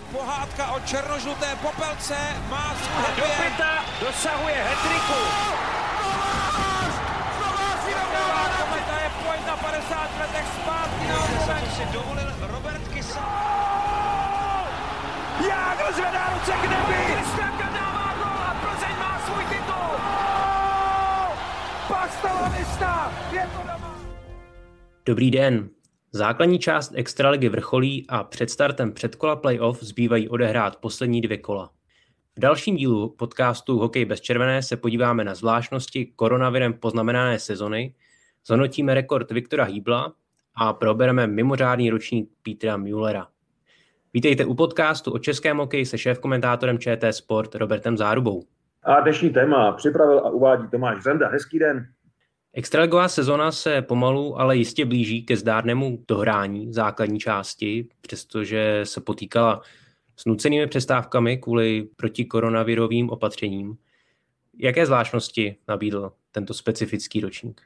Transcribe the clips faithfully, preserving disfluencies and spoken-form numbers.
pohádka o černožluté popelce má svůj happy end. Dopita dosahuje hat-tricku. Kometa je pojď na padesát letech zpátky na obloven. To si dovolil Robert Kysa. Jágr zvedá ruce k nebi. Kristianka dává gól a Plzeň má svůj titul. Pasta Lavista, je to doma. Dobrý den. Základní část extraligy vrcholí a před startem předkola playoff zbývají odehrát poslední dvě kola. V dalším dílu podcastu Hokej bez červené se podíváme na zvláštnosti koronavirem poznamenané sezony, zhodnotíme rekord Viktora Hýbla a probereme mimořádný ročník Petra Müllera. Vítejte u podcastu o českém hokeji se šéfkomentátorem ČT Sport Robertem Zárubou. A dnešní téma připravil a uvádí Tomáš Zenda. Hezký den. Extraligová sezona se pomalu, ale jistě blíží ke zdárnému dohrání základní části, přestože se potýkala s nucenými přestávkami kvůli protikoronavirovým opatřením. Jaké zvláštnosti nabídl tento specifický ročník?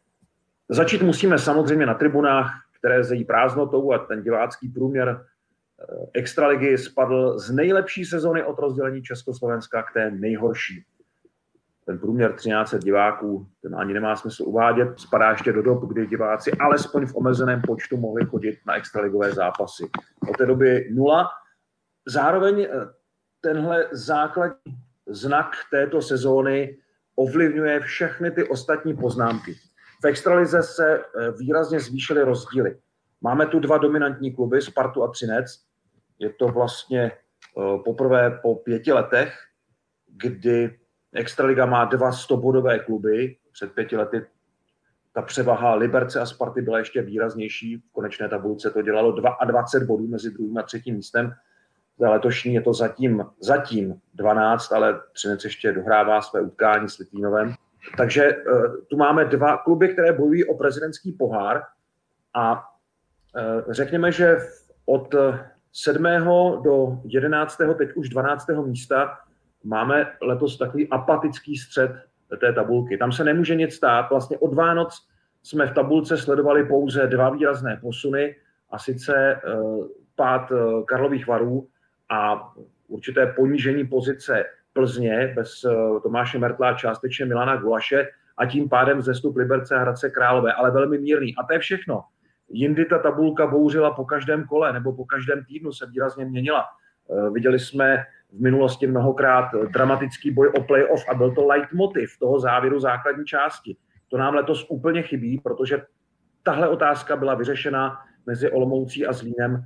Začít musíme samozřejmě na tribunách, které zejí prázdnotou, a ten divácký průměr extraligy spadl z nejlepší sezony od rozdělení Československa k té nejhorší. Ten průměr třináct set diváků, ten ani nemá smysl uvádět, spadá ještě do dob, kdy diváci alespoň v omezeném počtu mohli chodit na extraligové zápasy. Od té doby nula. Zároveň tenhle základní znak této sezóny ovlivňuje všechny ty ostatní poznámky. V extralize se výrazně zvýšily rozdíly. Máme tu dva dominantní kluby, Spartu a Třinec. Je to vlastně poprvé po pěti letech, kdy extraliga má dva stobodové kluby. Před pěti lety ta převaha Liberce a Sparty byla ještě výraznější. V konečné tabulce to dělalo dvacet dva bodů mezi druhým a třetím místem. Za letošní je to zatím, zatím dvanáct, ale Třinec ještě dohrává své utkání s Litvínovem. Takže tu máme dva kluby, které bojují o prezidentský pohár a řekněme, že od sedmého do jedenáctého, teď už dvanáctého místa máme letos takový apatický střed té tabulky. Tam se nemůže nic stát. Vlastně od Vánoc jsme v tabulce sledovali pouze dva výrazné posuny, a sice pád Karlových Varů a určité ponížení pozice Plzně bez Tomáše Mertla a částečně Milana Gulaše a tím pádem vzestup Liberce a Hradce Králové, ale velmi mírný. A to je všechno. Jindy ta tabulka bouřila po každém kole nebo po každém týdnu se výrazně měnila. Viděli jsme v minulosti mnohokrát dramatický boj o playoff a byl to leitmotiv toho závěru základní části. To nám letos úplně chybí, protože tahle otázka byla vyřešena mezi Olomoucí a Zlínem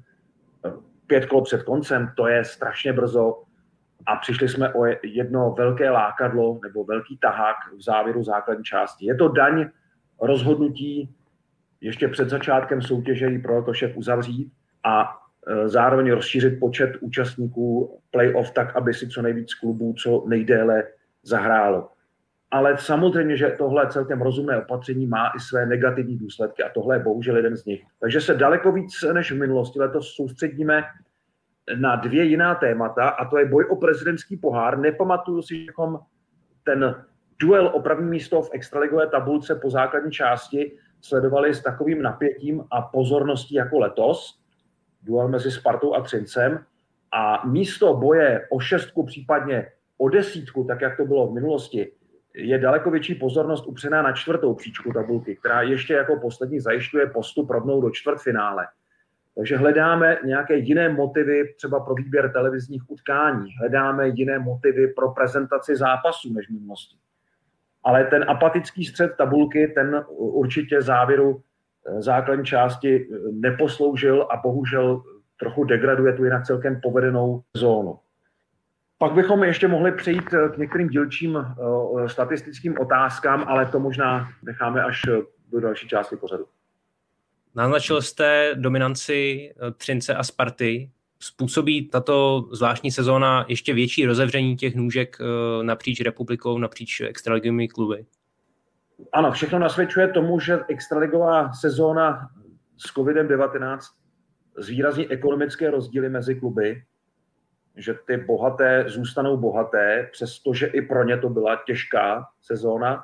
pět kol před koncem, to je strašně brzo a přišli jsme o jedno velké lákadlo nebo velký tahák v závěru základní části. Je to daň rozhodnutí ještě před začátkem soutěže ji pro letošek uzavřít a zároveň rozšířit počet účastníků playoff tak, aby si co nejvíc klubů co nejdéle zahrálo. Ale samozřejmě, že tohle celkem rozumné opatření má i své negativní důsledky a tohle je bohužel jeden z nich. Takže se daleko víc než v minulosti letos soustředíme na dvě jiná témata a to je boj o prezidentský pohár. Nepamatuju si, že bychom ten duel o první místo v extraligové tabulce po základní části sledovali s takovým napětím a pozorností jako letos. Duel mezi Spartou a Třincem a místo boje o šestku, případně o desítku, tak jak to bylo v minulosti, je daleko větší pozornost upřená na čtvrtou příčku tabulky, která ještě jako poslední zajišťuje postup rovnou do čtvrtfinále. Takže hledáme nějaké jiné motivy třeba pro výběr televizních utkání, hledáme jiné motivy pro prezentaci zápasů než v minulosti. Ale ten apatický střed tabulky, ten určitě závěru základní části neposloužil a bohužel trochu degraduje tu jinak celkem povedenou zónu. Pak bychom ještě mohli přejít k některým dílčím uh, statistickým otázkám, ale to možná necháme až do další části pořadu. Naznačil jste dominanci Třince a Sparty. Způsobí tato zvláštní sezóna ještě větší rozevření těch nůžek uh, napříč republikou, napříč extraligovými kluby? Ano, všechno nasvědčuje tomu, že extraligová sezóna s kovidem devatenáct zvýrazní ekonomické rozdíly mezi kluby, že ty bohaté zůstanou bohaté, přestože i pro ně to byla těžká sezóna,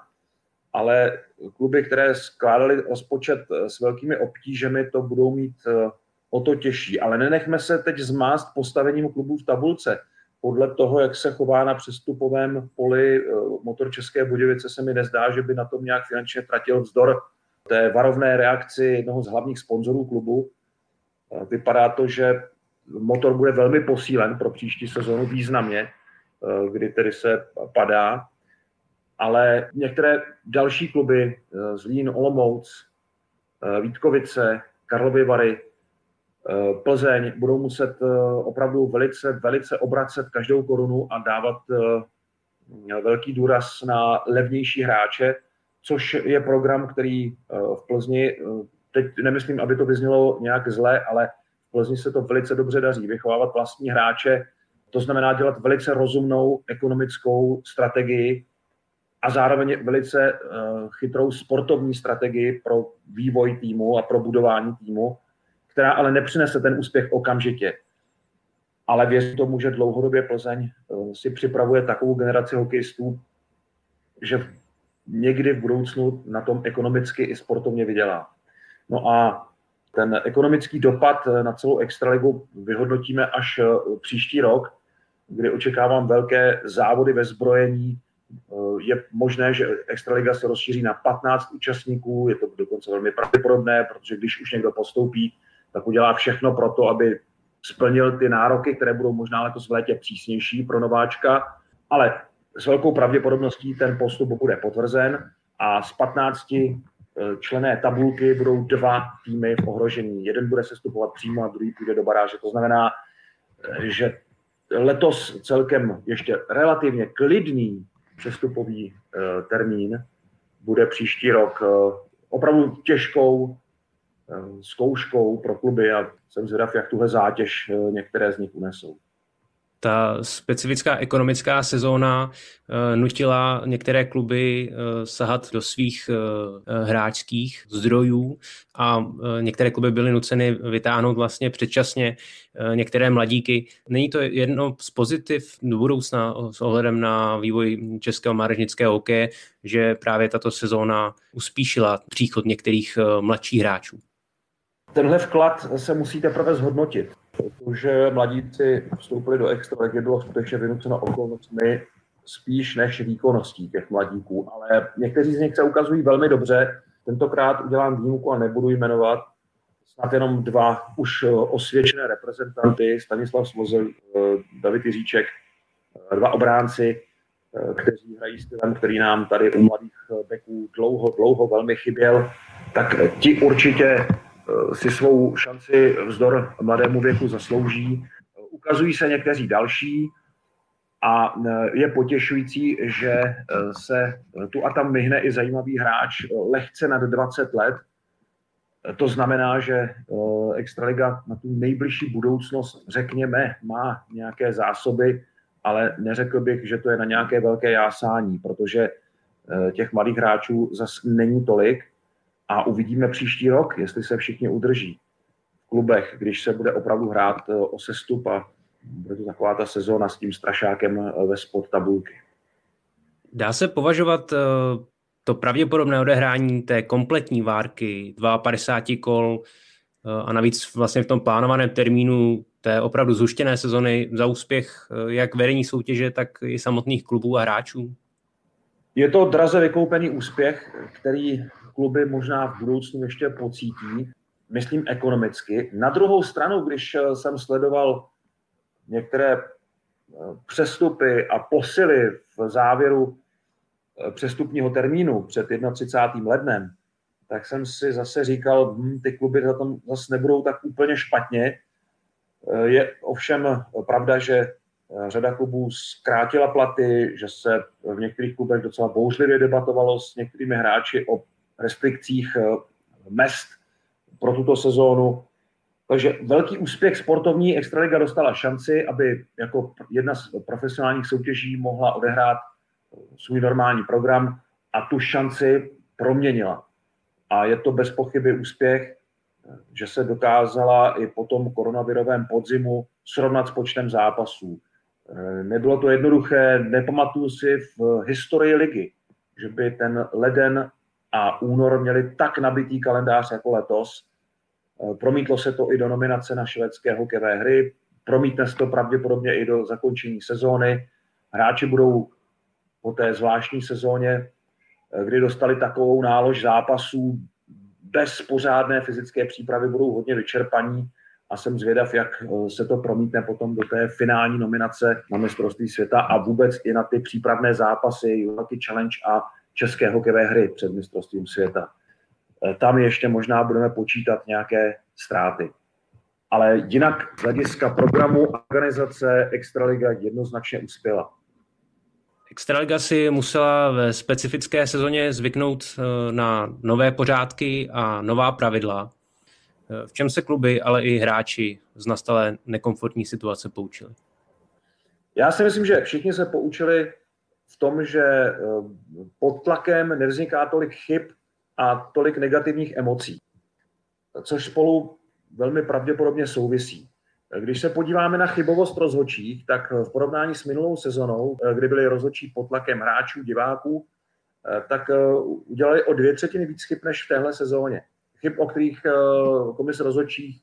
ale kluby, které skládaly rozpočet s velkými obtížemi, to budou mít o to těžší. Ale nenechme se teď zmást postavením klubů v tabulce. Podle toho, jak se chová na přestupovém poli Motor České Budějovice, se mi nezdá, že by na tom nějak finančně tratil vzdor té varovné reakci jednoho z hlavních sponzorů klubu. Vypadá to, že Motor bude velmi posílen pro příští sezónu významně, kdy tedy se padá. Ale některé další kluby, Zlín, Olomouc, Vítkovice, Karlovy Vary, Plzeň, budou muset opravdu velice, velice obracet každou korunu a dávat velký důraz na levnější hráče, což je program, který v Plzni, teď nemyslím, aby to vyznělo nějak zle, ale v Plzni se to velice dobře daří, vychovávat vlastní hráče, to znamená dělat velice rozumnou ekonomickou strategii a zároveň velice chytrou sportovní strategii pro vývoj týmu a pro budování týmu, která ale nepřinese ten úspěch okamžitě. Ale věřím tomu, že dlouhodobě Plzeň si připravuje takovou generaci hokejistů, že někdy v budoucnu na tom ekonomicky i sportovně vydělá. No a ten ekonomický dopad na celou extraligu vyhodnotíme až příští rok, kdy očekávám velké závody ve zbrojení. Je možné, že extraliga se rozšíří na patnáct účastníků, je to dokonce velmi pravděpodobné, protože když už někdo postoupí, tak udělá všechno pro to, aby splnil ty nároky, které budou možná letos v létě přísnější pro nováčka, ale s velkou pravděpodobností ten postup bude potvrzen a z patnácti členné tabulky budou dva týmy v ohrožení. Jeden bude sestupovat přímo a druhý půjde do baráže. To znamená, že letos celkem ještě relativně klidný přestupový termín bude příští rok opravdu těžkou zkouškou pro kluby a jsem zvědav, jak tuhle zátěž některé z nich unesou. Ta specifická ekonomická sezóna nutila některé kluby sahat do svých hráčských zdrojů a některé kluby byly nuceny vytáhnout vlastně předčasně některé mladíky. Není to jedno z pozitiv do budoucna s ohledem na vývoj českého mládežnického hokeje, že právě tato sezóna uspíšila příchod některých mladších hráčů? Tenhle vklad se musí teprve zhodnotit, protože mladíci vstoupili do extraligy, bylo skutečně vynuceno okolnostmi spíš než výkonností těch mladíků, ale někteří z nich se ukazují velmi dobře. Tentokrát udělám výjimku a nebudu jmenovat. Snad jenom dva už osvědčené reprezentanty, Stanislav Svozel, David Jiříček, dva obránci, kteří hrají stylem, který nám tady u mladých beků dlouho, dlouho velmi chyběl, tak ti určitě si svou šanci vzdor mladému věku zaslouží. Ukazují se někteří další a je potěšující, že se tu a tam myhne i zajímavý hráč lehce nad dvacet let. To znamená, že extraliga na tu nejbližší budoucnost, řekněme, má nějaké zásoby, ale neřekl bych, že to je na nějaké velké jásání, protože těch mladých hráčů zas není tolik. A uvidíme příští rok, jestli se všichni udrží v klubech, když se bude opravdu hrát o sestup a bude to taková ta sezóna s tím strašákem ve spod tabulky. Dá se považovat to pravděpodobné odehrání té kompletní várky padesát dva kol a navíc vlastně v tom plánovaném termínu té opravdu zhuštěné sezony za úspěch jak vedení soutěže, tak i samotných klubů a hráčů? Je to draze vykoupený úspěch, který kluby možná v budoucnu ještě pocítí, myslím ekonomicky. Na druhou stranu, když jsem sledoval některé přestupy a posily v závěru přestupního termínu před třicátým prvním lednem, tak jsem si zase říkal, hm, ty kluby za tom zase nebudou tak úplně špatně. Je ovšem pravda, že řada klubů zkrátila platy, že se v některých klubech docela bouřlivě debatovalo s některými hráči o restrikcích mezd pro tuto sezónu. Takže velký úspěch sportovní. Extraliga dostala šanci, aby jako jedna z profesionálních soutěží mohla odehrát svůj normální program a tu šanci proměnila. A je to bez pochyby úspěch, že se dokázala i po tom koronavirovém podzimu srovnat s počtem zápasů. Nebylo to jednoduché, nepamatuju si v historii ligy, že by ten leden a únor měli tak nabitý kalendář jako letos. Promítlo se to i do nominace na švédské hokejové hry, promítne se to pravděpodobně i do zakončení sezóny. Hráči budou po té zvláštní sezóně, kdy dostali takovou nálož zápasů bez pořádné fyzické přípravy, budou hodně vyčerpaní a jsem zvědav, jak se to promítne potom do té finální nominace na mistrovství světa a vůbec i na ty přípravné zápasy Hockey Challenge a české hokejové hry před mistrovstvím světa. Tam ještě možná budeme počítat nějaké ztráty. Ale jinak z hlediska programu organizace Extraliga jednoznačně uspěla. Extraliga si musela ve specifické sezóně zvyknout na nové pořádky a nová pravidla. V čem se kluby, ale i hráči z nastalé nekomfortní situace poučili? Já si myslím, že všichni se poučili v tom, že pod tlakem nevzniká tolik chyb a tolik negativních emocí, což spolu velmi pravděpodobně souvisí. Když se podíváme na chybovost rozhodčích, tak v porovnání s minulou sezonou, kdy byli rozhodčí pod tlakem hráčů, diváků, tak udělali o dvě třetiny víc chyb než v téhle sezóně. Chyb, o kterých komise rozhodčích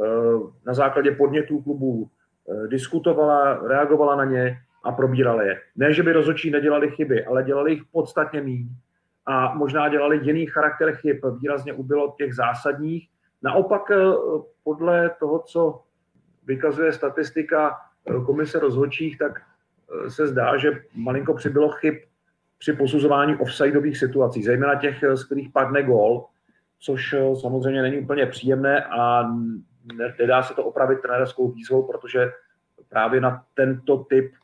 na základě podnětů klubů diskutovala, reagovala na ně a probírala je. Ne, že by rozhodčí nedělali chyby, ale dělali jich podstatně méně a možná dělali jiný charakter chyb. Výrazně ubylo těch zásadních. Naopak podle toho, co vykazuje statistika komise rozhodčích, tak se zdá, že malinko přibylo chyb při posuzování offsideových situací, zejména těch, z kterých padne gól, což samozřejmě není úplně příjemné a nedá se to opravit trenérskou výzvou, protože právě na tento typ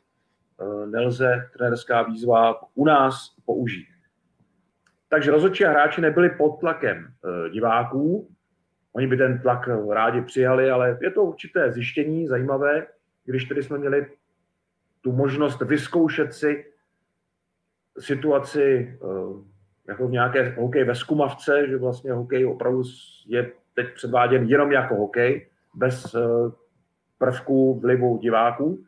nelze trenérská výzva u nás použít. Takže rozhodčí a hráči nebyli pod tlakem diváků. Oni by ten tlak rádi přijali, ale je to určité zjištění zajímavé, když tedy jsme měli tu možnost vyzkoušet si situaci jako v nějaké hokej ve zkumavce, že vlastně hokej opravdu je teď předváděn jenom jako hokej, bez prvků vlivu diváků.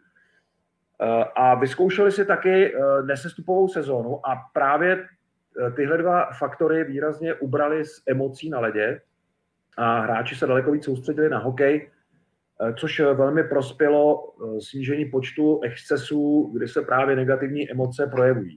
A vyzkoušeli si taky nesestupovou sezónu a právě tyhle dva faktory výrazně ubrali z emocí na ledě a hráči se daleko víc soustředili na hokej, což velmi prospělo snížení počtu excesů, kdy se právě negativní emoce projevují.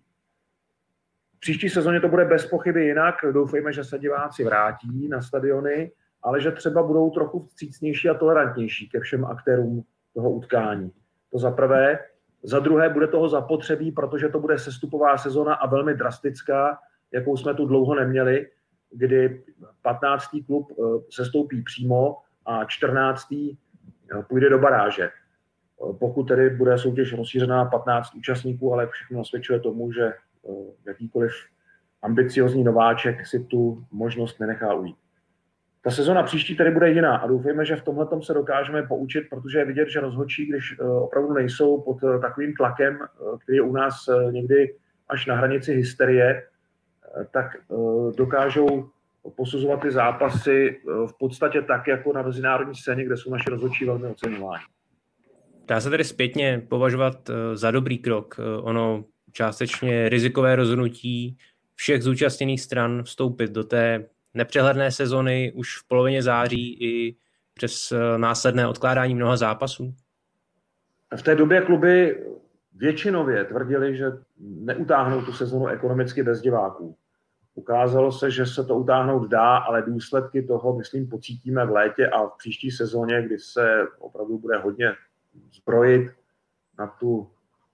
V příští sezóně to bude bez pochyby jinak. Doufejme, že se diváci vrátí na stadiony, ale že třeba budou trochu vstřícnější a tolerantnější ke všem aktérům toho utkání. To za prvé. Za druhé bude toho zapotřebí, protože to bude sestupová sezona a velmi drastická, jakou jsme tu dlouho neměli, kdy patnáctý klub sestoupí přímo a čtrnáctý půjde do baráže. Pokud tedy bude soutěž rozšířená na patnáct účastníků, ale všechno nasvědčuje tomu, že jakýkoliv ambiciozní nováček si tu možnost nenechá ujít. Ta sezona příští tedy bude jiná a doufejme, že v tomhletom se dokážeme poučit, protože je vidět, že rozhodčí, když opravdu nejsou pod takovým tlakem, který je u nás někdy až na hranici hysterie, tak dokážou posuzovat ty zápasy v podstatě tak, jako na mezinárodní scéně, kde jsou naši rozhodčí velmi oceňováni. Dá se tedy zpětně považovat za dobrý krok ono částečně rizikové rozhodnutí všech zúčastněných stran vstoupit do té nepřehledné sezony už v polovině září i přes následné odkládání mnoha zápasů? V té době kluby většinově tvrdili, že neutáhnou tu sezonu ekonomicky bez diváků. Ukázalo se, že se to utáhnout dá, ale důsledky toho, myslím, pocítíme v létě a v příští sezóně, kdy se opravdu bude hodně zbrojit na tu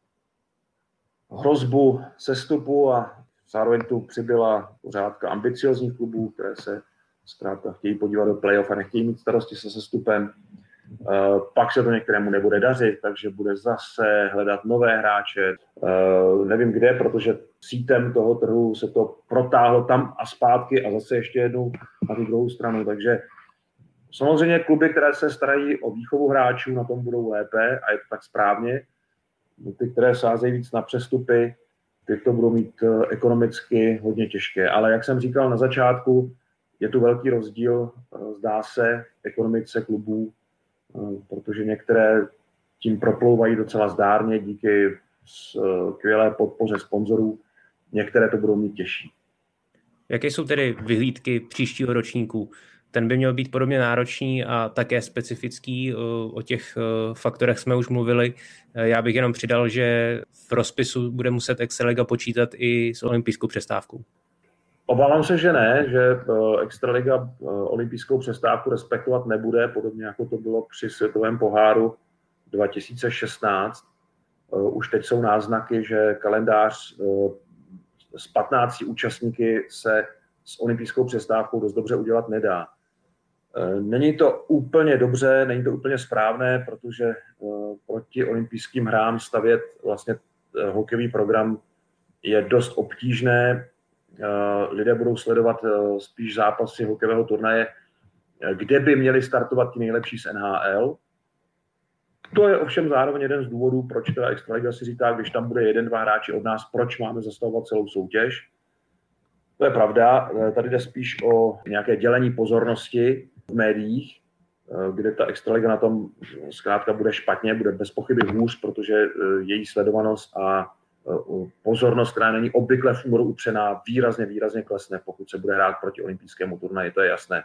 hrozbu sestupu a zároveň tu přibyla pořádka ambiciozních klubů, které se zkrátka chtějí podívat do playoff a nechtějí mít starosti se sestupem. Pak se to některému nebude dařit, takže bude zase hledat nové hráče. Nevím kde, protože sítem toho trhu se to protáhlo tam a zpátky a zase ještě jednou na tu druhou stranu. Takže samozřejmě kluby, které se starají o výchovu hráčů, na tom budou lépe a je to tak správně. Ty, které sázejí víc na přestupy, ty to budou mít ekonomicky hodně těžké. Ale jak jsem říkal na začátku, je tu velký rozdíl, zdá se, v ekonomice klubů, protože některé tím proplouvají docela zdárně díky skvělé podpoře sponzorů, některé to budou mít těžší. Jaké jsou tedy vyhlídky příštího ročníku? ten by měl být podobně náročný a také specifický. O těch faktorech jsme už mluvili. Já bych jenom přidal, že v rozpisu bude muset Extraliga počítat i s olympijskou přestávkou. Obávám se, že ne, že Extraliga olympijskou přestávku respektovat nebude, podobně jako to bylo při světovém poháru dva tisíce šestnáct. Už teď jsou náznaky, že kalendář s patnácti účastníky se s olympijskou přestávkou dost dobře udělat nedá. Není to úplně dobře, není to úplně správné, protože proti olympijským hrám stavět vlastně hokejový program je dost obtížné. Lidé budou sledovat spíš zápasy hokejového turnaje, kde by měli startovat ti nejlepší z N H L. To je ovšem zároveň jeden z důvodů, proč teda Extraliga si říká, když tam bude jeden, dva hráči od nás, proč máme zastavovat celou soutěž. To je pravda, tady jde spíš o nějaké dělení pozornosti v médiích, kde ta Extraliga na tom zkrátka bude špatně, bude bez pochyby hůř, protože její sledovanost a pozornost, která není obvykle v únoru upřená, výrazně, výrazně klesne, pokud se bude hrát proti olympijskému turnaji, to je jasné.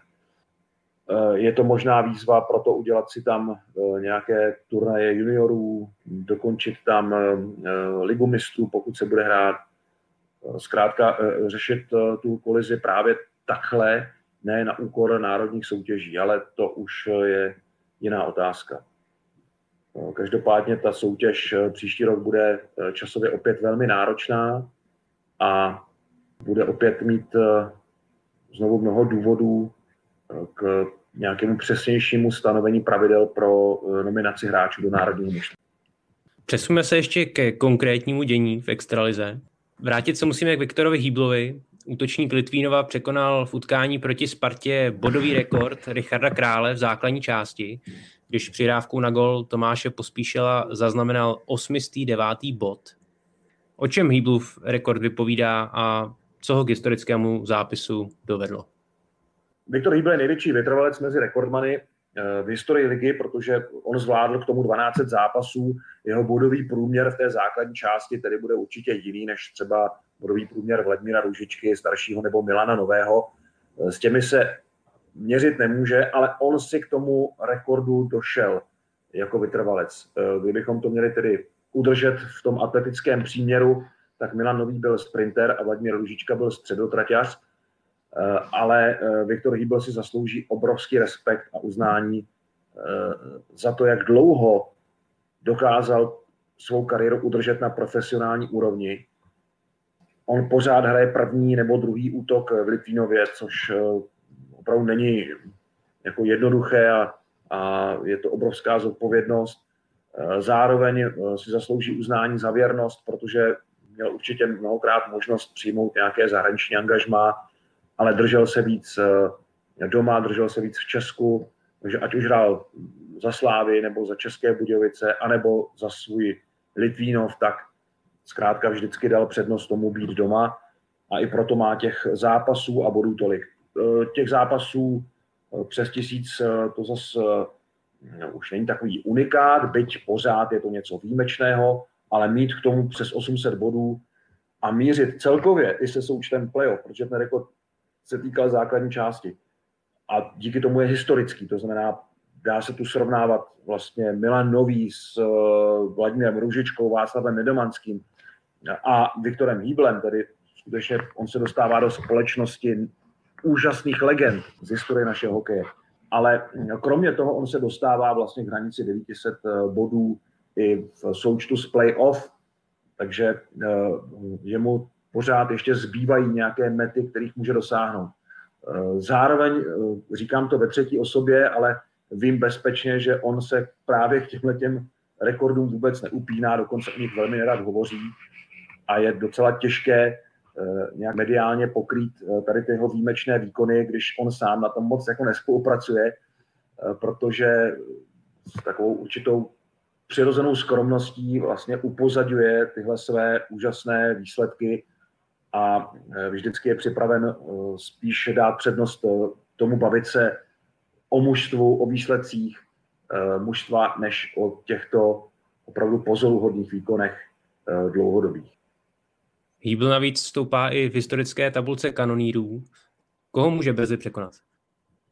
Je to možná výzva pro to udělat si tam nějaké turnaje juniorů, dokončit tam ligu mistrů, pokud se bude hrát. Zkrátka řešit tu kolizi právě takhle, ne na úkor národních soutěží, ale to už je jiná otázka. Každopádně ta soutěž příští rok bude časově opět velmi náročná a bude opět mít znovu mnoho důvodů k nějakému přesnějšímu stanovení pravidel pro nominaci hráčů do národního mužstva. Přesuneme se ještě ke konkrétnímu dění v extralize. Vrátit se musíme k Viktorovi Hýblovi. Útočník Litvínova překonal v utkání proti Spartě bodový rekord Richarda Krále v základní části, když přihrávkou na gol Tomáše Pospíšila zaznamenal osmistý devátý bod. O čem Hýblův rekord vypovídá a co ho k historickému zápisu dovedlo? Viktor Hýbl je největší vytrvalec mezi rekordmany v historii ligy, protože on zvládl k tomu dvanáct set zápasů. Jeho bodový průměr v té základní části tedy bude určitě jiný než třeba bodový průměr Vladimíra Růžičky, staršího, nebo Milana Nového. S těmi se měřit nemůže, ale on si k tomu rekordu došel jako vytrvalec. Kdybychom to měli tedy udržet v tom atletickém příměru, tak Milan Nový byl sprinter a Vladimír Růžička byl středotraťař, ale Viktor Hýbl si zaslouží obrovský respekt a uznání za to, jak dlouho dokázal svou kariéru udržet na profesionální úrovni. On pořád hraje první nebo druhý útok v Litvínově, což opravdu není jako jednoduché a, a je to obrovská zodpovědnost. Zároveň si zaslouží uznání za věrnost, protože měl určitě mnohokrát možnost přijmout nějaké zahraniční angažmá, ale držel se víc doma, držel se víc v Česku, takže ať už hrál za Slávy nebo za České Budějovice, anebo za svůj Litvínov, tak zkrátka vždycky dal přednost tomu být doma a i proto má těch zápasů a bodů tolik. Těch zápasů přes tisíc to zase no, už není takový unikát, byť pořád je to něco výjimečného, ale mít k tomu přes osm set bodů a mířit celkově i se součtem playoff, protože ten rekord se týkal základní části. A díky tomu je historický, to znamená, dá se tu srovnávat vlastně Milan Nový s Vladimírem Růžičkou, Václavem Nedomanským a Viktorem Hýblem, tedy skutečně on se dostává do společnosti úžasných legend z historie našeho hokeje. Ale kromě toho on se dostává vlastně k hranici devět set bodů i v součtu z playoff, takže jemu pořád ještě zbývají nějaké mety, kterých může dosáhnout. Zároveň říkám to ve třetí osobě, ale vím bezpečně, že on se právě k těmhletěm rekordům vůbec neupíná, dokonce o nich velmi nerad hovoří a je docela těžké nějak mediálně pokrýt tady ty jeho výjimečné výkony, když on sám na tom moc jako nespolupracuje, protože s takovou určitou přirozenou skromností vlastně upozadňuje tyhle své úžasné výsledky a vždycky je připraven spíš dát přednost tomu bavit se o mužstvu, o výsledcích mužstva, než o těchto opravdu pozoruhodných výkonech dlouhodobých. Hýbl navíc stoupá i v historické tabulce kanonýrů. Koho může brzy překonat?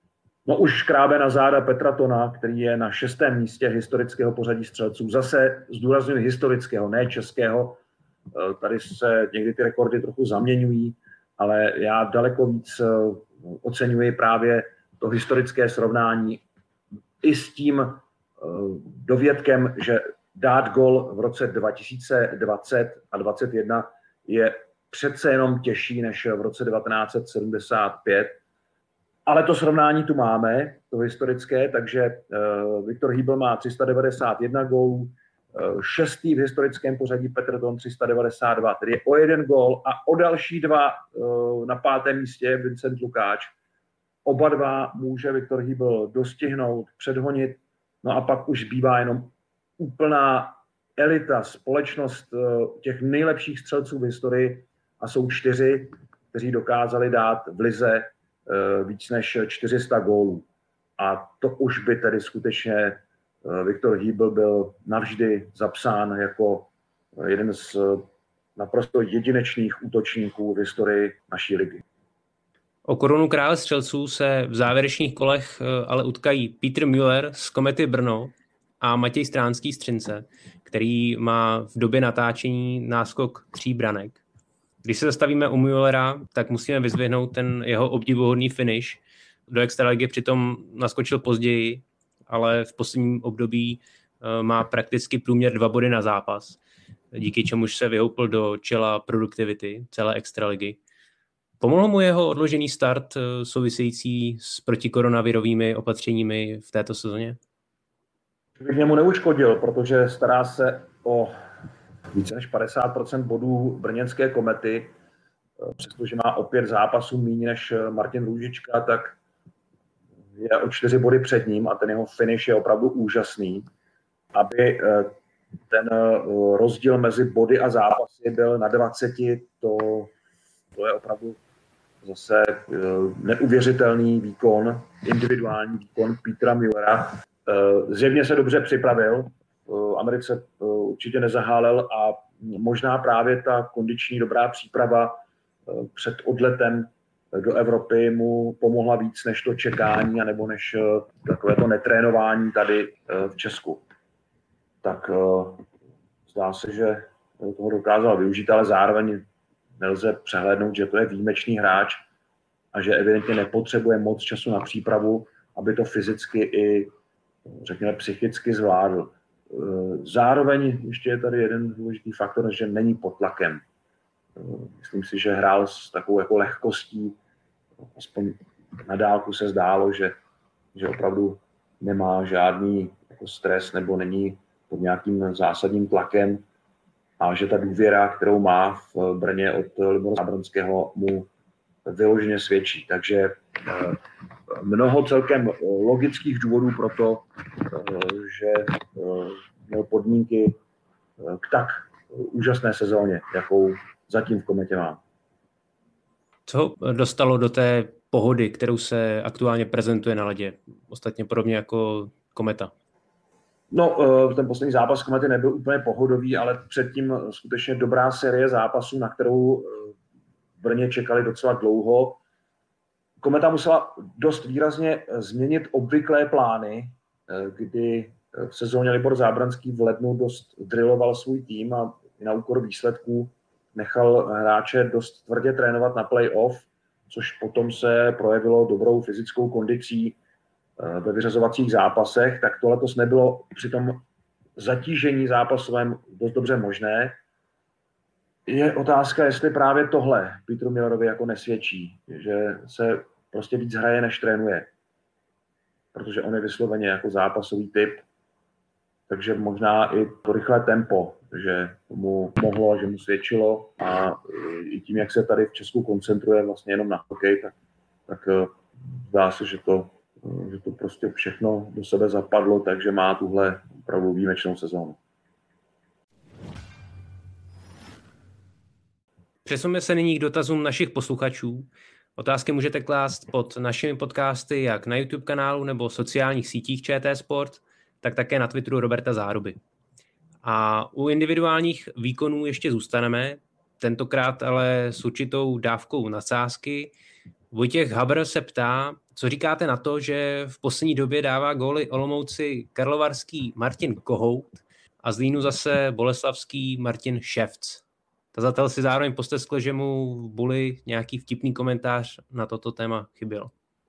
No už škrábe na záda Petra Tona, který je na šestém místě historického pořadí střelců. Zase zdůrazňuji historického, ne českého. Tady se někdy ty rekordy trochu zaměňují, ale já daleko víc oceňuji právě to historické srovnání i s tím dovědkem, že dát gol v roce dva tisíce dvacet a dvacet jedna je přece jenom těžší než v roce devatenáct set sedmdesát pět. Ale to srovnání tu máme, to historické, takže uh, Viktor Hýbl má tři sta devadesát jedna gólů, uh, šestý v historickém pořadí Petr Ton tři sta devadesát dva, tedy je o jeden gól a o další dva uh, na pátém místě Vincent Lukáč. Oba dva může Viktor Hýbl dostihnout, předhonit, no a pak už zbývá jenom úplná elita, společnost uh, těch nejlepších střelců v historii a jsou čtyři, kteří dokázali dát v lize víc než čtyři sta gólů. A to už by tedy skutečně Viktor Hýbl byl navždy zapsán jako jeden z naprosto jedinečných útočníků v historii naší ligy. O korunu krále střelců se v závěrečných kolech ale utkají Petr Müller z Komety Brno a Matěj Stránský z Třince, který má v době natáčení náskok tří branek. Když se zastavíme u Müllera, tak musíme vyzvihnout ten jeho obdivuhodný finish. Do extraligy přitom naskočil později, ale v posledním období má prakticky průměr dva body na zápas, díky čemuž se vyhoupl do čela produktivity celé extraligy. Pomohl mu jeho odložený start související s protikoronavirovými opatřeními v této sezóně? Bych němu neuškodil, protože stará se o více než padesát procent bodů brněnské Komety, přestože má opět zápasů méně než Martin Růžička, tak je o čtyři body před ním a ten jeho finish je opravdu úžasný. Aby ten rozdíl mezi body a zápasy byl na dvaceti, to, to je opravdu zase neuvěřitelný výkon, individuální výkon Petra Müllera. Zjevně se dobře připravil, v Americe určitě nezahálel a možná právě ta kondiční dobrá příprava před odletem do Evropy mu pomohla víc než to čekání anebo než takové to netrénování tady v Česku. Tak zdá se, že toho dokázal využít, ale zároveň nelze přehlédnout, že to je výjimečný hráč a že evidentně nepotřebuje moc času na přípravu, aby to fyzicky i, řekněme, psychicky zvládl. Zároveň ještě je tady jeden důležitý faktor, že není pod tlakem. Myslím si, že hrál s takovou jako lehkostí, aspoň na dálku se zdálo, že, že opravdu nemá žádný jako stres nebo není pod nějakým zásadním tlakem a že ta důvěra, kterou má v Brně od Libora Zábranského, mu vyloženě svědčí. Takže mnoho celkem logických důvodů pro to, že měl podmínky k tak úžasné sezóně, jakou zatím v Kometě má. Co dostalo do té pohody, kterou se aktuálně prezentuje na ledě? Ostatně podobně jako Kometa. No, ten poslední zápas Komety nebyl úplně pohodový, ale předtím skutečně dobrá série zápasů, na kterou v Brně čekali docela dlouho. Kometa musela dost výrazně změnit obvyklé plány, kdy v sezóně Libor Zábranský v lednu dost drilloval svůj tým a na úkor výsledků nechal hráče dost tvrdě trénovat na play-off, což potom se projevilo dobrou fyzickou kondicí ve vyřazovacích zápasech, tak to letos nebylo při tom zatížení zápasovém dost dobře možné. Je otázka, jestli právě tohle Petru Müllerovi jako nesvědčí, že se prostě víc hraje, než trénuje. Protože on je vysloveně jako zápasový typ, takže možná i to rychlé tempo, že mu mohlo, že mu svědčilo a i tím, jak se tady v Česku koncentruje vlastně jenom na hokej, tak, tak zdá se, že to, že to prostě všechno do sebe zapadlo, takže má tuhle opravdu výjimečnou sezónu. Přesuneme se nyní k dotazům našich posluchačů. Otázky můžete klást pod našimi podcasty jak na YouTube kanálu nebo sociálních sítích ČT Sport, tak také na Twitteru Roberta Záruby. A u individuálních výkonů ještě zůstaneme, tentokrát ale s určitou dávkou nadsázky. Vojtěch Habr se ptá, co říkáte na to, že v poslední době dává góly Olomouci karlovarský Martin Kohout a Zlínu zase boleslavský Martin Ševc. Tazatel si zároveň posteskl, že mu v Buli nějaký vtipný komentář na toto téma chyběl.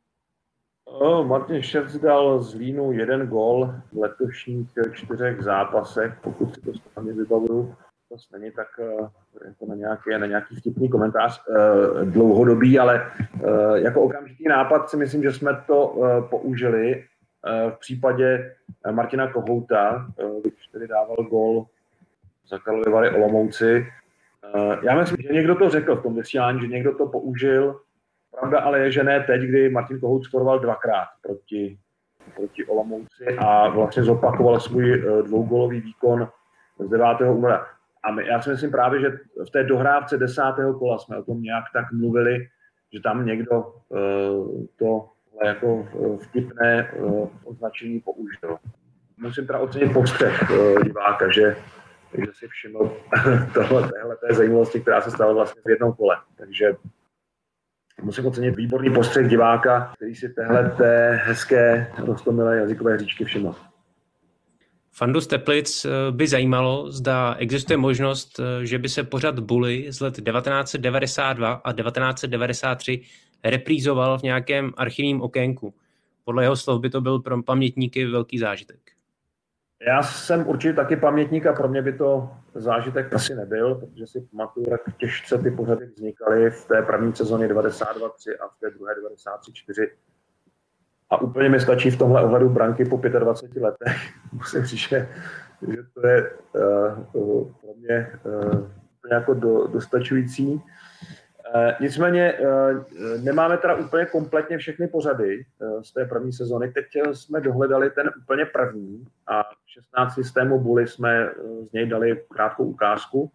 O, Martin Ševc dal Zlínu jeden gól v letošních čtyřech zápasech, pokud si to správně vybavuju. To není tak jako na nějaký, na nějaký vtipný komentář eh, dlouhodobý, ale eh, jako okamžitý nápad si myslím, že jsme to eh, použili eh, v případě Martina Kohouta, eh, když tedy dával gól za Karlovy Vary Olomouci. Eh, já myslím, že někdo to řekl v tom vysílání, že někdo to použil. Pravda ale je, že ne teď, kdy Martin Kohout skoroval dvakrát proti, proti Olomouci a vlastně zopakoval svůj eh, dvougólový výkon z devátého února. A my, já si myslím právě, že v té dohrávce desátého kola jsme o tom nějak tak mluvili, že tam někdo uh, to jako vtipné uh, označení použil. Musím teda ocenit postřeh uh, diváka, že, že si všiml tohle, téhle té zajímavosti, která se stala vlastně v jednom kole. Takže musím ocenit výborný postřeh diváka, který si téhle té hezké roztomilé jazykové hříčky všiml. Fandu z Teplic by zajímalo, zda existuje možnost, že by se pořad Bully z let devatenáct set devadesát dva a devatenáct set devadesát tři reprízoval v nějakém archivním okénku. Podle jeho slov by to byl pro pamětníky velký zážitek. Já jsem určitě taky pamětník a pro mě by to zážitek asi nebyl, protože si pamatuju, jak těžce ty pořady vznikaly v té první sezóně devadesát dva tři a v té druhé devadesát tři čtyři. A úplně mi stačí v tomhle ohledu branky po dvaceti pěti letech. Musím říct, že, že to je uh, uh, pro mě uh, jako do, dostačující. Uh, nicméně uh, nemáme teda úplně kompletně všechny pořady uh, z té první sezony. Teď jsme dohledali ten úplně první a v šestnáct systému Bully jsme uh, z něj dali krátkou ukázku.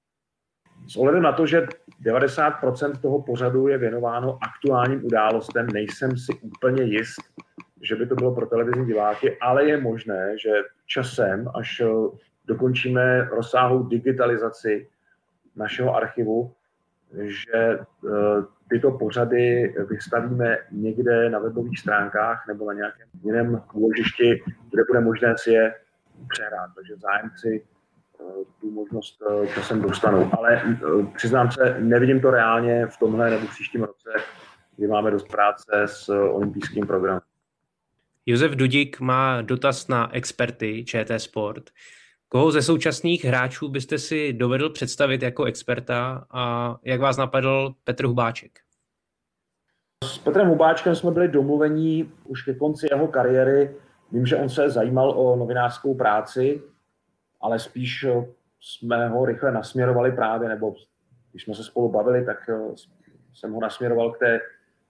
S ohledem na to, že devadesát procent toho pořadu je věnováno aktuálním událostem, nejsem si úplně jist, že by to bylo pro televizní diváky, ale je možné, že časem, až dokončíme rozsáhlou digitalizaci našeho archivu, že tyto pořady vystavíme někde na webových stránkách nebo na nějakém jiném úložišti, kde bude možné si je přehrát. Takže zájemci tu možnost časem dostanou. Ale přiznám se, nevidím to reálně v tomhle nebo v příštím roce, kdy máme dost práce s olympijským programem. Josef Dudík má dotaz na experty ČT Sport. Koho ze současných hráčů byste si dovedl představit jako experta a jak vás napadl Petr Hubáček? S Petrem Hubáčkem jsme byli domluvení už ke konci jeho kariéry. Vím, že on se zajímal o novinářskou práci, ale spíš jsme ho rychle nasměrovali právě, nebo když jsme se spolu bavili, tak jsem ho nasměroval k té,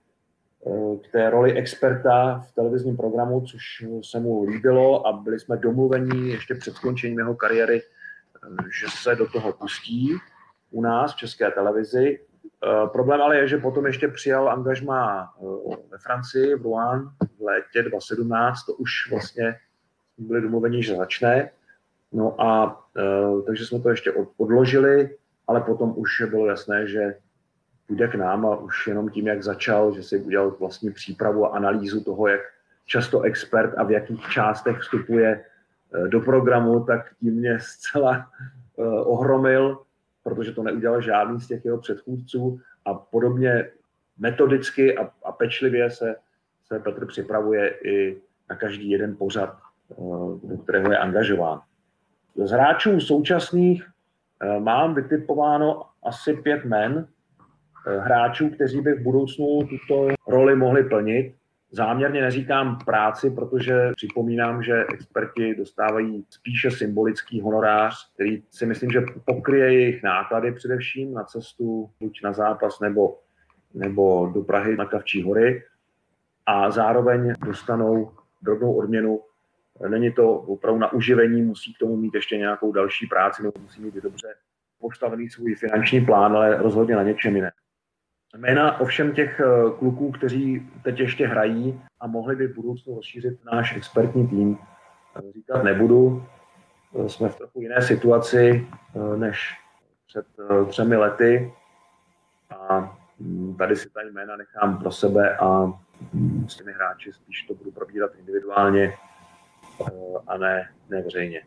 k té roli experta v televizním programu, což se mu líbilo a byli jsme domluveni ještě před skončením jeho kariéry, že se do toho pustí u nás v České televizi. Problém ale je, že potom ještě přijal angažmá ve Francii, v Rouen v létě dva tisíce sedmnáct, to už vlastně byli domluveni, že začne. No a e, takže jsme to ještě odložili, ale potom už bylo jasné, že půjde k nám a už jenom tím, jak začal, že si udělal vlastní přípravu a analýzu toho, jak často expert a v jakých částech vstupuje e, do programu, tak tím mě zcela e, ohromil, protože to neudělal žádný z těch jeho předchůdců a podobně metodicky a, a pečlivě se, se Petr připravuje i na každý jeden pořad, e, do kterého je angažován. Z hráčů současných eh, mám vytipováno asi pět men eh, hráčů, kteří by v budoucnu tuto roli mohli plnit. Záměrně neříkám práci, protože připomínám, že experti dostávají spíše symbolický honorář, který si myslím, že pokryje jejich náklady především na cestu buď na zápas nebo, nebo do Prahy na Kavčí hory a zároveň dostanou drobnou odměnu. Není to opravdu na uživení, musí k tomu mít ještě nějakou další práci, nebo musí mít dobře postavený svůj finanční plán, ale rozhodně na něčem jiném. Jména ovšem těch kluků, kteří teď ještě hrají a mohli by v budoucnu rozšířit náš expertní tým, říkat nebudu. Jsme v trochu jiné situaci než před třemi lety a tady si ta jména nechám pro sebe a s těmi hráči spíš to budu probírat individuálně a ne, ne veřejně.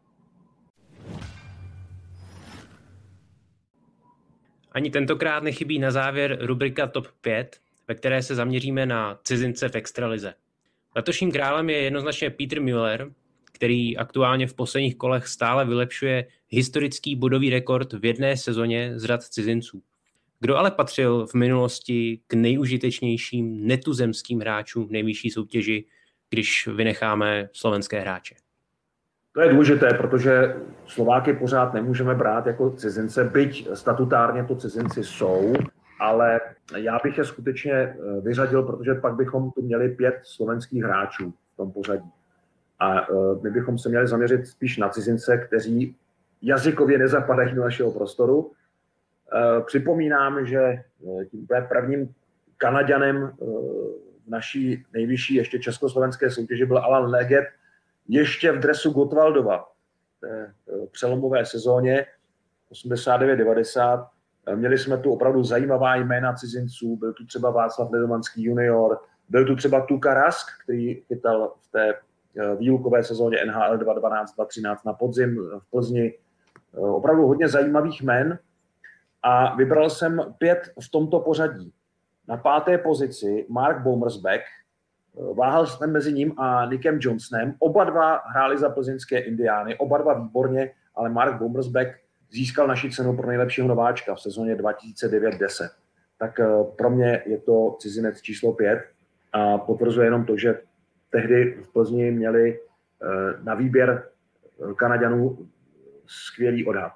Ani tentokrát nechybí na závěr rubrika Top pět, ve které se zaměříme na cizince v extralize. Letošním králem je jednoznačně Peter Müller, který aktuálně v posledních kolech stále vylepšuje historický bodový rekord v jedné sezóně z řad cizinců. Kdo ale patřil v minulosti k nejužitečnějším netuzemským hráčům v nejvyšší soutěži, když vynecháme slovenské hráče? To je důležité, protože Slováky pořád nemůžeme brát jako cizince, byť statutárně to cizinci jsou, ale já bych je skutečně vyřadil, protože pak bychom tu měli pět slovenských hráčů v tom pořadí. A my bychom se měli zaměřit spíš na cizince, kteří jazykově nezapadají do našeho prostoru. Připomínám, že tím prvním Kanaďanem v naší nejvyšší ještě československé soutěži byl Alan Leggett, ještě v dresu Gottwaldova v přelomové sezóně osmdesát devět devadesát. Měli jsme tu opravdu zajímavá jména cizinců, byl tu třeba Václav Ledomanský junior, byl tu třeba Tuka Rask, který chytal v té výlukové sezóně N H L dva dvanáct dva třináct na podzim v Plzni. Opravdu hodně zajímavých jmen a vybral jsem pět v tomto pořadí. Na páté pozici Mark Bommersbeck, váhal jsem mezi ním a Nickem Johnsonem. Oba dva hráli za plzeňské Indiány, oba dva výborně, ale Mark Bommersbeck získal naši cenu pro nejlepšího nováčka v sezóně dva tisíce devět deset. Tak pro mě je to cizinec číslo pět a potvrzuje jenom to, že tehdy v Plzni měli na výběr Kanaďanů skvělý odhad.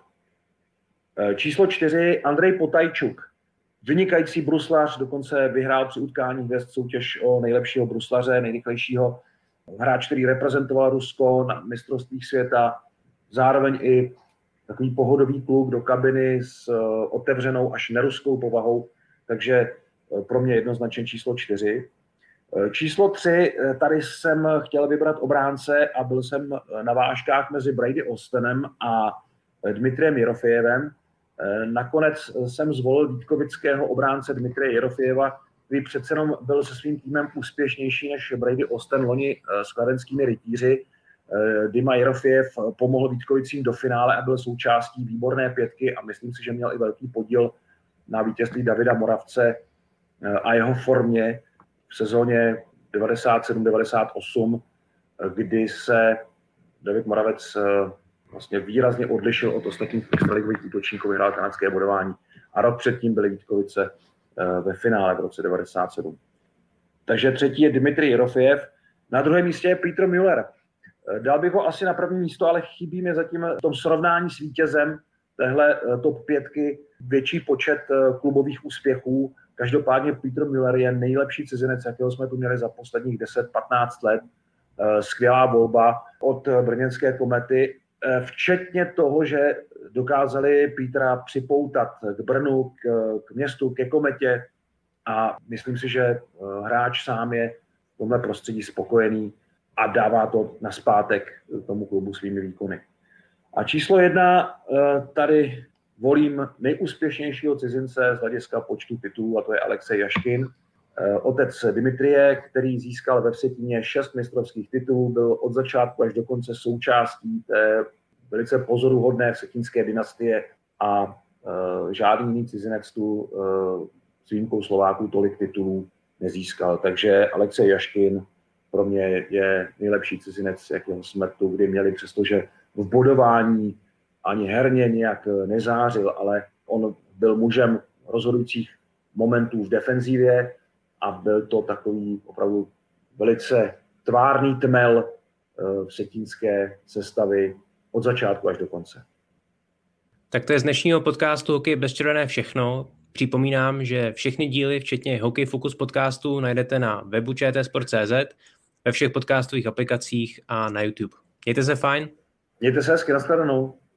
Číslo čtyři Andrej Potajčuk. Vynikající bruslař, dokonce vyhrál při utkání hvězd soutěž o nejlepšího bruslaře, nejrychlejšího hráč, který reprezentoval Rusko na mistrovstvích světa, zároveň i takový pohodový kluk do kabiny s otevřenou až neruskou povahou, takže pro mě jednoznačně číslo čtyři. Číslo tři, tady jsem chtěl vybrat obránce a byl jsem na vážkách mezi Brady Austenem a Dmitrijem Jerofejevem. Nakonec jsem zvolil vítkovického obránce Dmitrije Jerofejeva, který přece jenom byl se svým týmem úspěšnější než Brady Austen loni s kladenskými rytíři. Dima Jerofejev pomohl Vítkovicím do finále a byl součástí výborné pětky a myslím si, že měl i velký podíl na vítězství Davida Moravce a jeho formě v sezóně devadesát sedm devadesát osm, kdy se David Moravec vlastně výrazně odlišil od ostatních extraligových útočníků, vyhrál kanadské bodování a rok předtím byly Vítkovice ve finále v roce devadesát sedm. Takže třetí je Dmitrij Jerofejev, na druhém místě je Peter Müller. Dal bych ho asi na první místo, ale chybí mi zatím v tom srovnání s vítězem téhle top pětky větší počet klubových úspěchů. Každopádně Peter Müller je nejlepší cizinec, jakého jsme tu měli za posledních deset patnáct let. Skvělá volba od brněnské Komety, včetně toho, že dokázali Petra připoutat k Brnu, k, k městu, ke Kometě a myslím si, že hráč sám je v tomhle prostředí spokojený a dává to nazpátek tomu klubu svými výkony. A číslo jedna, tady volím nejúspěšnějšího cizince z hlediska počtu titulů a to je Alexej Jaškin, otec Dimitrije, který získal ve Vsetíně šest mistrovských titulů, byl od začátku až do konce součástí té velice pozoruhodné vsetínské dynastie a uh, žádný jiný cizinec tu uh, s výjimkou Slováků tolik titulů nezískal. Takže Alexej Jaškin pro mě je nejlepší cizinec, jakého jsme tu kdy měli, přestože v bodování ani herně nějak nezářil, ale on byl mužem rozhodujících momentů v defenzivě a byl to takový opravdu velice tvárný tmel vsetínské sestavy od začátku až do konce. Tak to je z dnešního podcastu Hokej bez červené všechno. Připomínám, že všechny díly, včetně Hokej Focus podcastu, najdete na webu č t sport tečka c z, ve všech podcastových aplikacích a na YouTube. Mějte se fajn. Mějte se hezky, nashledanou.